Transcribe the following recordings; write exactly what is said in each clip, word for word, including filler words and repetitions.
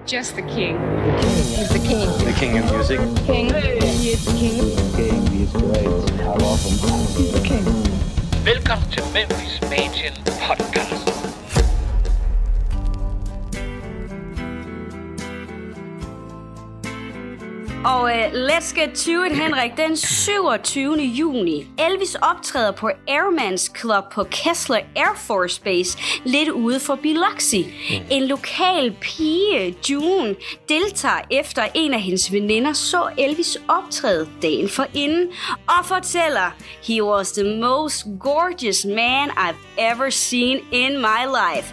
just the king. He's the king. The king of music. King. He is the king. King, he's great. I love him. He's the king. Velkommen til Memphis Mansion Podcast. Og uh, let's get to it, Henrik. Den syvogtyvende juni. Elvis optræder på Airman's Club på Kessler Air Force Base, lidt ude for Biloxi. Mm. En lokal pige, June, deltager efter en af hendes veninder så Elvis optræde dagen forinden og fortæller, he was the most gorgeous man I've ever seen in my life.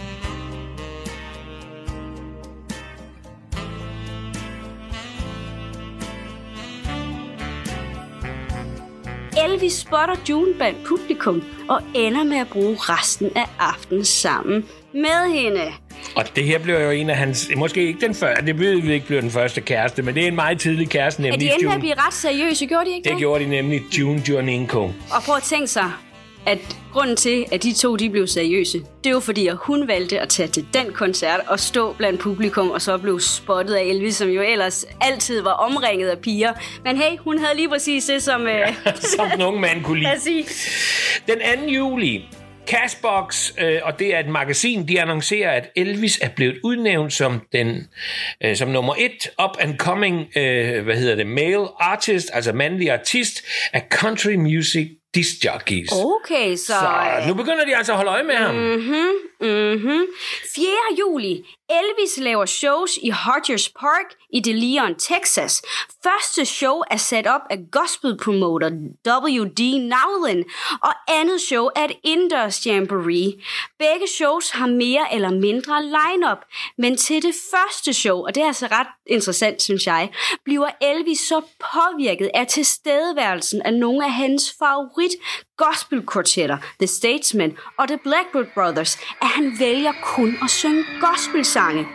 Elvis spotter June blandt publikum og ender med at bruge resten af aftenen sammen med hende. Og det her blev jo en af hans, måske ikke den første, det blev ikke blev den første kæreste, men det er en meget tidlig kæreste, nemlig June. Er de endte med at blive ret seriøse, gjorde de ikke det? Det gjorde de nemlig, June Juninko. Og prøv at tænke sig, at grunden til, at de to de blev seriøse, det var fordi, at hun valgte at tage til den koncert og stå blandt publikum, og så blev spottet af Elvis, som jo ellers altid var omringet af piger. Men hey, hun havde lige præcis det, som, ja, øh, som den unge mand kunne lide. Den anden juli, Cashbox, øh, og det er et magasin, de annoncerer, at Elvis er blevet udnævnt som den øh, som nummer et up and coming, øh, hvad hedder det, male artist, altså mandlig artist af country music disc jockeys. Okay, så... Så nu begynder de altså at holde øje med ham. Mhm, mhm. fjerde juli. Elvis laver shows i Hodgers Park i DeLeon, Texas. Første show er sat op af gospel promoter W D Nowlin, og andet show er et indoors jamboree. Begge shows har mere eller mindre line-up, men til det første show, og det er altså ret interessant, synes jeg, bliver Elvis så påvirket af tilstedeværelsen af nogle af hans favorit gospelkvartetter, The Statesmen og The Blackbird Brothers, at han vælger kun at synge gospelsange.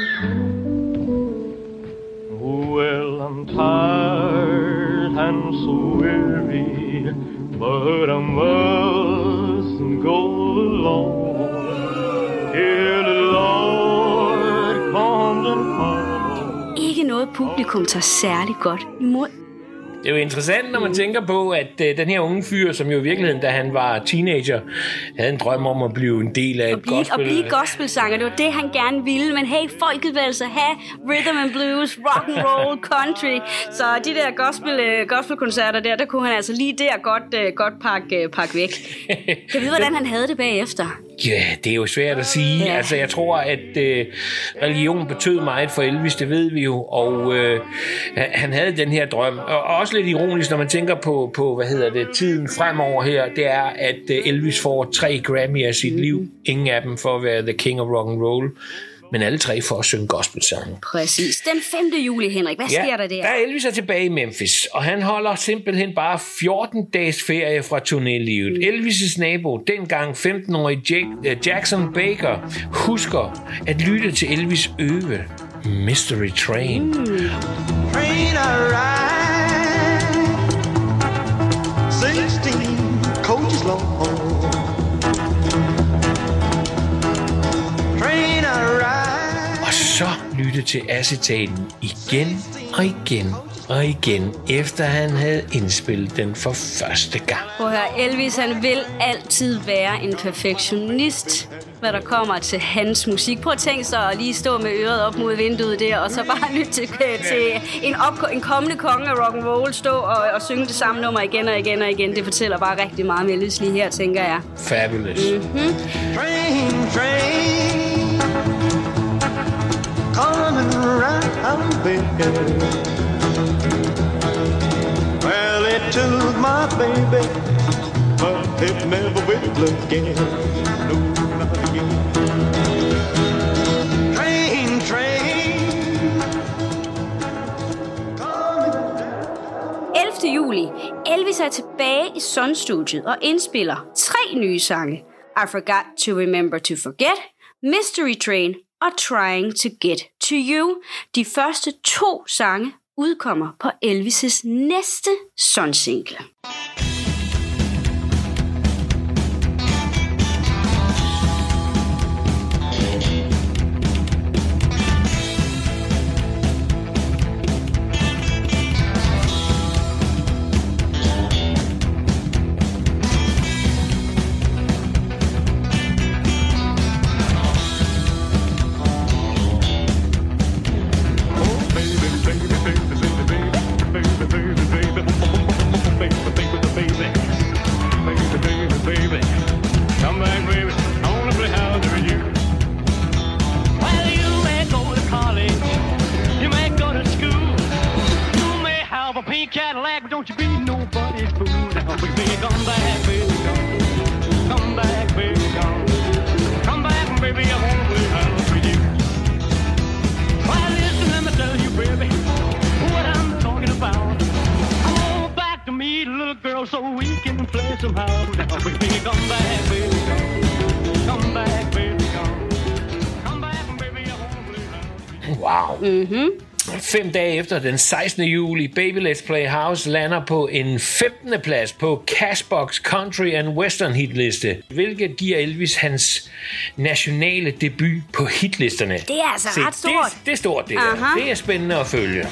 Well, I'm tired and so weary, but I must go along till the Lord comes and calls. Ikke noget publikum tager særlig godt imod. Det er jo interessant, når man tænker på, at øh, den her unge fyr, som jo i virkeligheden, da han var teenager, havde en drøm om at blive en del af et blive, gospel. Og blive gospelsanger, det var det, han gerne ville. Men hey, folket vil altså have rhythm and blues, rock and roll, country. Så de der gospel, øh, gospelkoncerter der, der kunne han altså lige der godt, øh, godt pakke, øh, pakke væk. Kan du vide, hvordan han havde det bagefter? Ja, det er jo svært at sige. Ja. Altså, jeg tror, at øh, religion betød meget for Elvis, det ved vi jo. Og øh, han havde den her drøm. Og også lidt ironisk, når man tænker på, på hvad hedder det, tiden fremover her, det er, at Elvis får tre Grammy af sit mm. liv. Ingen af dem for at være the king of rock and roll, men alle tre for at synge gospelsange. Præcis. Den femte juli, Henrik. Hvad ja, sker der der? Der er Elvis er tilbage i Memphis, og han holder simpelthen bare fjorten dages ferie fra turnélivet. Mm. Elvis' nabo, dengang femten-årige Jake, uh, Jackson Baker, husker at lytte til Elvis øve Mystery Train. Mm. Train arrived, sixteen coaches long. Train arrived. Og så lytte til acetaten igen og igen og igen, efter han havde indspillet den for første gang. Prøv at høre, Elvis, han vil altid være en perfektionist, hvad der kommer til hans musik. Prøv at tænke sig at lige stå med øret op mod vinduet der, og så bare lytte til, til en, op, en kommende konge af rock'n'roll stå og, og synge det samme nummer igen og igen og igen. Det fortæller bare rigtig meget om Elvis lige her, tænker jeg. Fabulous. Mm-hmm. Train, train, coming around, baby. Well, it took my baby, but it never will again. No, not again. Train, train, ellevte juli. Elvis er tilbage i Sun-studiet og indspiller tre nye sange. I Forgot to Remember to Forget, Mystery Train og Trying to Get to You. De første to sange udkommer på Elvis' næste Sun-single. don't you be nobody's fool now, baby. Come back, baby, come. Come back, baby, come. Come back, baby, I wanna play house with you. Why, listen, let me tell you, baby, what I'm talking about. I want back to meet a little girl so we can play somehow. Now, baby, come back, baby, come. Come back, baby, come. Come back, baby, I wanna play house with you. Wow. Mhm. Fem dage efter, den sekstende juli, Baby Let's Play House lander på en femtende plads på Cashbox Country and Western hitliste, hvilket giver Elvis hans nationale debut på hitlisterne. Det er altså Se, ret stort. Det, det er stort, det der. Aha. Det er spændende at følge.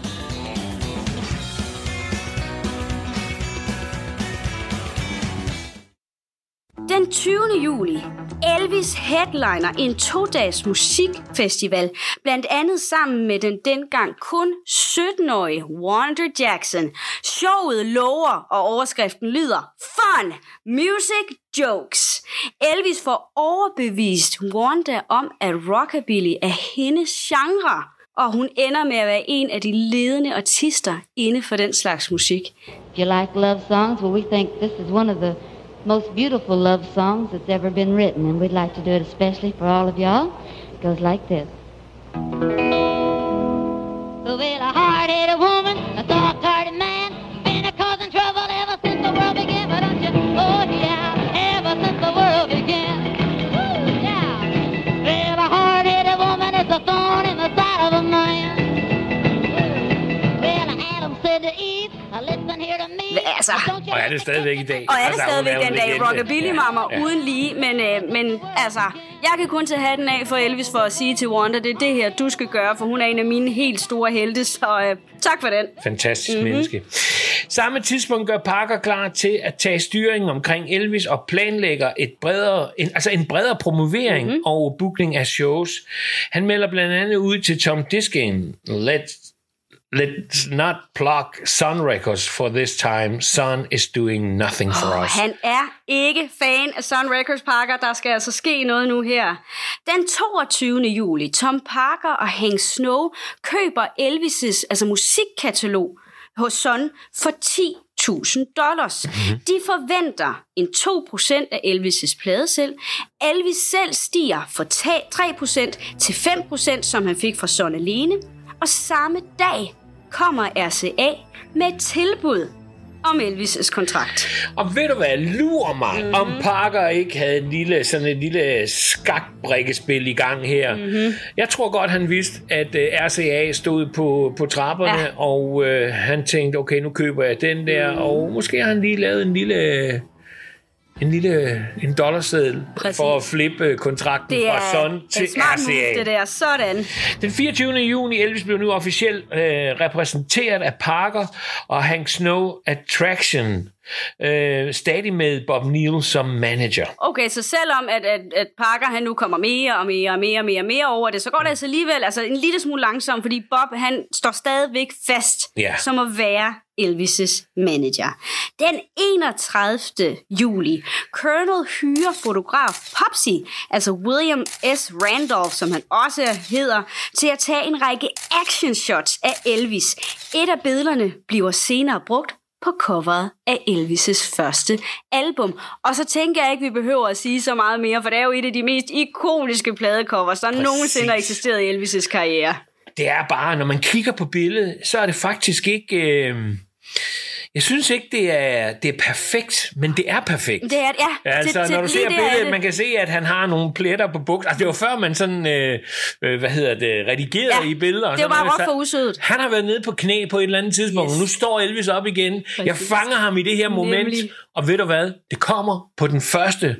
Den tyvende juli. Elvis headliner en to-dages musikfestival, blandt andet sammen med den dengang kun sytten-årige Wanda Jackson. Showet lover, og overskriften lyder Fun! Music! Jokes! Elvis får overbevist Wanda om, at rockabilly er hendes genre, og hun ender med at være en af de ledende artister inden for den slags musik. You like love songs? Well, we think this is one of the most beautiful love songs that's ever been written, and we'd like to do it especially for all of y'all. It goes like this. Well, a hard-headed woman, a soft-hearted man, been a causing trouble ever since the world began, but don't you? Oh, yeah, ever since the world began. Woo, yeah. Well, a hard-headed woman is a thorn in the side of a man. Well, Adam said to Eve, listen here to me. Altså, Og er det stadigvæk i dag? og er det Altså, hun stadigvæk jo den en dag, legende. rockabilly mamma, Ja, ja. uden lige, men, øh, men altså, jeg kan kun tage hatten af for Elvis for at sige til Wanda, det er det her, du skal gøre, for hun er en af mine helt store helte, så øh, tak for den. Fantastisk mm-hmm. menneske. Samme tidspunkt gør Parker klar til at tage styringen omkring Elvis og planlægger et bredere, en, altså en bredere promovering mm-hmm. og bookning af shows. Han melder blandt andet ud til Tom Diskin, Let's Let's not pluck Sun Records for this time. Sun is doing nothing for Oh, us. han er ikke fan af Sun Records, Parker. Der skal altså ske noget nu her. Den toogtyvende juli, Tom Parker og Hank Snow køber Elvis' altså musikkatalog hos Sun for ti tusind dollars. Mm-hmm. De forventer en to procent af Elvis' pladesælg. Elvis selv stiger fra tre procent til fem procent, som han fik fra Sun alene. Og samme dag kommer R C A med et tilbud om Elvis' kontrakt. Og ved du hvad, lurer mig, mm-hmm. om Parker ikke havde en lille, sådan et lille skakbrikkespil i gang her. Mm-hmm. Jeg tror godt, han vidste, at uh, R C A stod på, på trapperne, ja. og uh, han tænkte, okay, nu køber jeg den der, mm. og måske har han lige lavet en lille... En lille en dollarseddel for at flippe kontrakten fra Sun til R C A. Det der, sådan. Den fireogtyvende juni, Elvis blev nu officielt øh, repræsenteret af Parker og Hank Snow Attraction. Øh, stadig med Bob Neal som manager. Okay, så selvom at, at, at Parker han nu kommer mere og mere og mere og mere og mere over det, så går det altså alligevel altså en lille smule langsomt, fordi Bob han står stadigvæk fast ja. som at være Elvis' manager. Den enogtredivte juli, Colonel hyrer fotograf Popsy, altså William S. Randolph, som han også hedder, til at tage en række action shots af Elvis. Et af billederne bliver senere brugt på coveret af Elvis' første album. Og så tænker jeg ikke, vi behøver at sige så meget mere, for det er jo et af de mest ikoniske pladecovers, der Præcis. nogensinde har eksisteret i Elvis' karriere. Det er bare, når man kigger på billedet, så er det faktisk ikke... Øh... Jeg synes ikke, det er, det er perfekt, men det er perfekt. Det er, ja. Altså, til, når du til, ser billedet, det. man kan se, at han har nogle pletter på bukser. Altså, det var før, man sådan, øh, øh, hvad hedder det, redigerede ja, i billeder. Og det var bare råt så, for usødet. Han har været nede på knæ på et eller andet tidspunkt, yes. og nu står Elvis op igen. Præcis. Jeg fanger ham i det her moment, Nemlig. og ved du hvad? Det kommer på den første,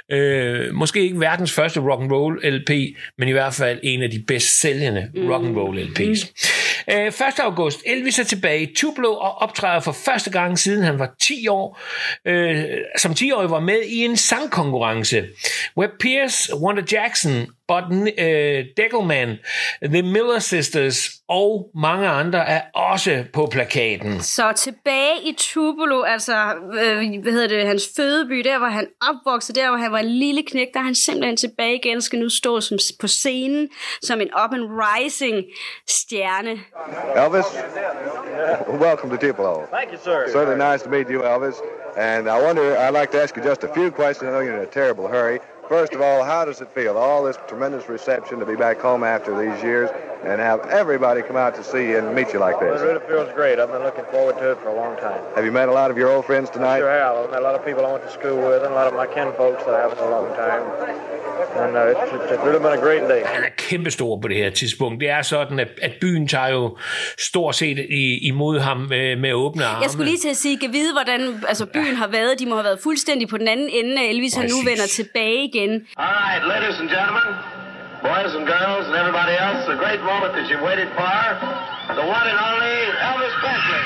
øh, måske ikke verdens første rock'n'roll L P, men i hvert fald en af de bedst sælgende mm. rock'n'roll L P's. Mm. Øh, første august, Elvis er tilbage i Tupelo og optræder for første gang siden han var ti år. Øh, som ti-årig var med i en sangkonkurrence, where Pierce, Wanda Jackson Bud øh, Deckelman, The Miller Sisters og mange andre er også på plakaten. Så tilbage i Tupelo, altså, øh, hvad hedder det, hans fødeby, der hvor han opvoksede, der hvor han var en lille knæk, der er han simpelthen tilbage igen, skal nu stå som, på scenen som en up-and-rising stjerne. Elvis, welcome to Tupelo. Thank you, sir. Certainly nice to meet you, Elvis. And I wonder, I'd like to ask you just a few questions. I know you're in a terrible hurry. First of all, how does it feel, all this tremendous reception, to be back home after these years and have everybody come out to see you and meet you like this? Well, it really feels great. I've been looking forward to it for a long time. Have you met a lot of your old friends tonight? I sure have. I've met a lot of people I went to school with and a lot of my kin folks that I haven't in a long time. And uh, it's, it's really been a great day. Han er kæmpestor på det her tidspunkt. Det er sådan, at, at byen tager jo stort set i, imod ham med, med åbne arme. Jeg skulle lige til at sige, kan vide, hvordan altså, byen har været. De må have været fuldstændig på den anden ende, af Elvis han nu vender tilbage igen. All right, ladies and gentlemen, boys and girls and everybody else, the great moment that you've waited for, the one and only Elvis Presley.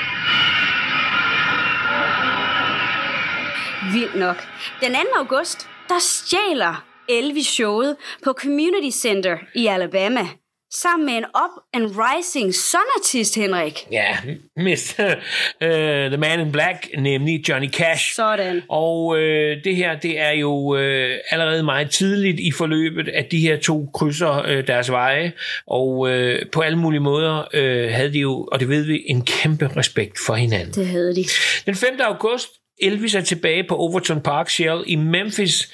Vildt nok. Den anden august, der stjæler Elvis showet på Community Center i Alabama, sammen med en up-and-rising sonartist, Henrik. Ja, mister uh, The Man in Black, nemlig Johnny Cash. Sådan. Og uh, det her, det er jo uh, allerede meget tidligt i forløbet, at de her to krydser uh, deres veje, og uh, på alle mulige måder uh, havde de jo, og det ved vi, en kæmpe respekt for hinanden. Det havde de. Den femte august, Elvis er tilbage på Overton Park Shell i Memphis,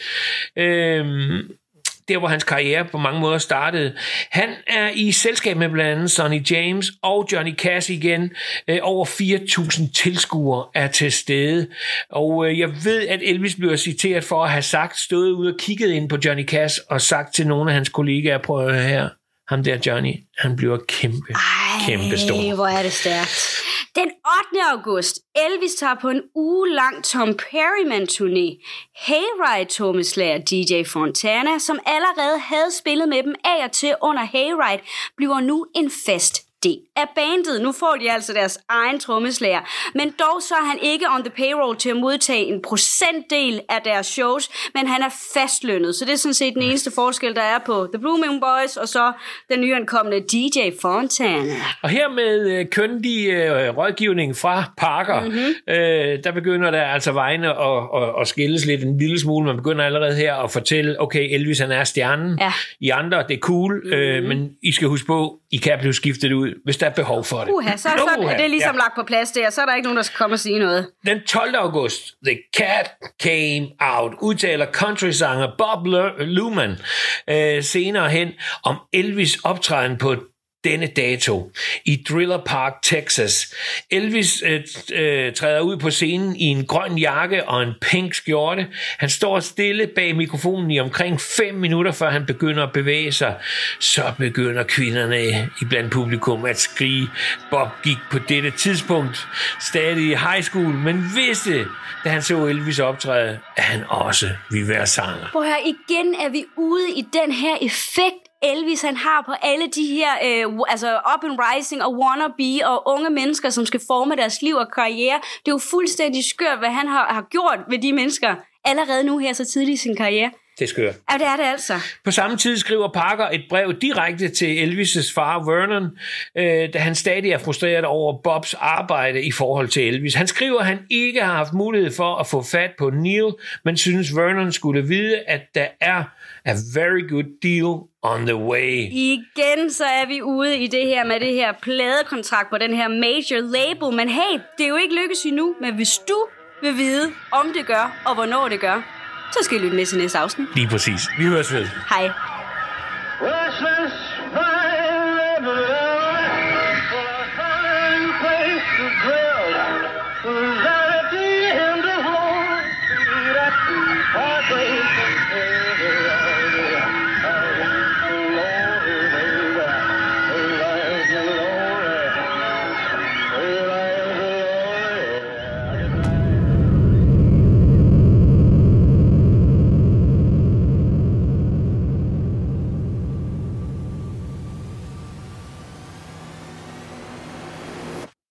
øhm, der hvor hans karriere på mange måder startede. Han er i selskab med blandt andet Sonny James og Johnny Cash igen. Øh, over fire tusind tilskuere er til stede. Og øh, jeg ved, at Elvis bliver citeret for at have sagt, stået ude og kigget ind på Johnny Cash og sagt til nogle af hans kollegaer, prøv at høre her, ham der Johnny, han bliver kæmpe, Ej, kæmpe stor. Hvor er det stærkt. Den ottende august, Elvis tager på en ugelang Tom Perryman-turné. Hayride-trommeslager D J Fontana, som allerede havde spillet med dem af og til under Hayride, bliver nu en fast del af bandet. Nu får de altså deres egen trommeslager, men dog så er han ikke on the payroll til at modtage en procentdel af deres shows, men han er fastlønnet. Så det er sådan set den eneste forskel, der er på The Blooming Boys og så den nyankomne D J Fontana. Og her med øh, køndig øh, rådgivning fra Parker, mm-hmm. øh, der begynder der altså vejene at, at, at skilles lidt en lille smule. Man begynder allerede her at fortælle, okay, Elvis han er stjernen. Ja. I andre, det er cool, mm-hmm. øh, men I skal huske på, I kan blive skiftet ud, hvis der er behov for det. Uha, så, så uh-ha. Er det ligesom ja. lagt på plads der, så er der ikke nogen, der skal komme og sige noget. Den tolvte august, The Cat Came Out, udtaler countrysanger Bob Luman øh, senere hen om Elvis optræden på denne dato i Driller Park, Texas. Elvis øh, øh, træder ud på scenen i en grøn jakke og en pink skjorte. Han står stille bag mikrofonen i omkring fem minutter, før han begynder at bevæge sig. Så begynder kvinderne i blandt publikum at skrige. Bob gik på dette tidspunkt stadig i high school, men vidste, da han så Elvis optræde, at han også ville være sanger. Prøv her, igen er vi ude i den her effekt, Elvis han har på alle de her øh, altså up and rising og wannabe og unge mennesker, som skal forme deres liv og karriere. Det er jo fuldstændig skørt, hvad han har, har gjort ved de mennesker allerede nu her så tidligt i sin karriere. Det er skørt. Ja, det er det altså. På samme tid skriver Parker et brev direkte til Elvis' far Vernon, øh, da han stadig er frustreret over Bobs arbejde i forhold til Elvis. Han skriver, at han ikke har haft mulighed for at få fat på Neil, men synes Vernon skulle vide, at der er a very good deal on the way. Igen så er vi ude i det her med det her pladekontrakt på den her major label, men hey, det er jo ikke lykkes endnu, men hvis du vil vide, om det gør og hvornår det gør, så skal I lytte med til næste afsnit. Lige præcis. Vi høres ved. Hej.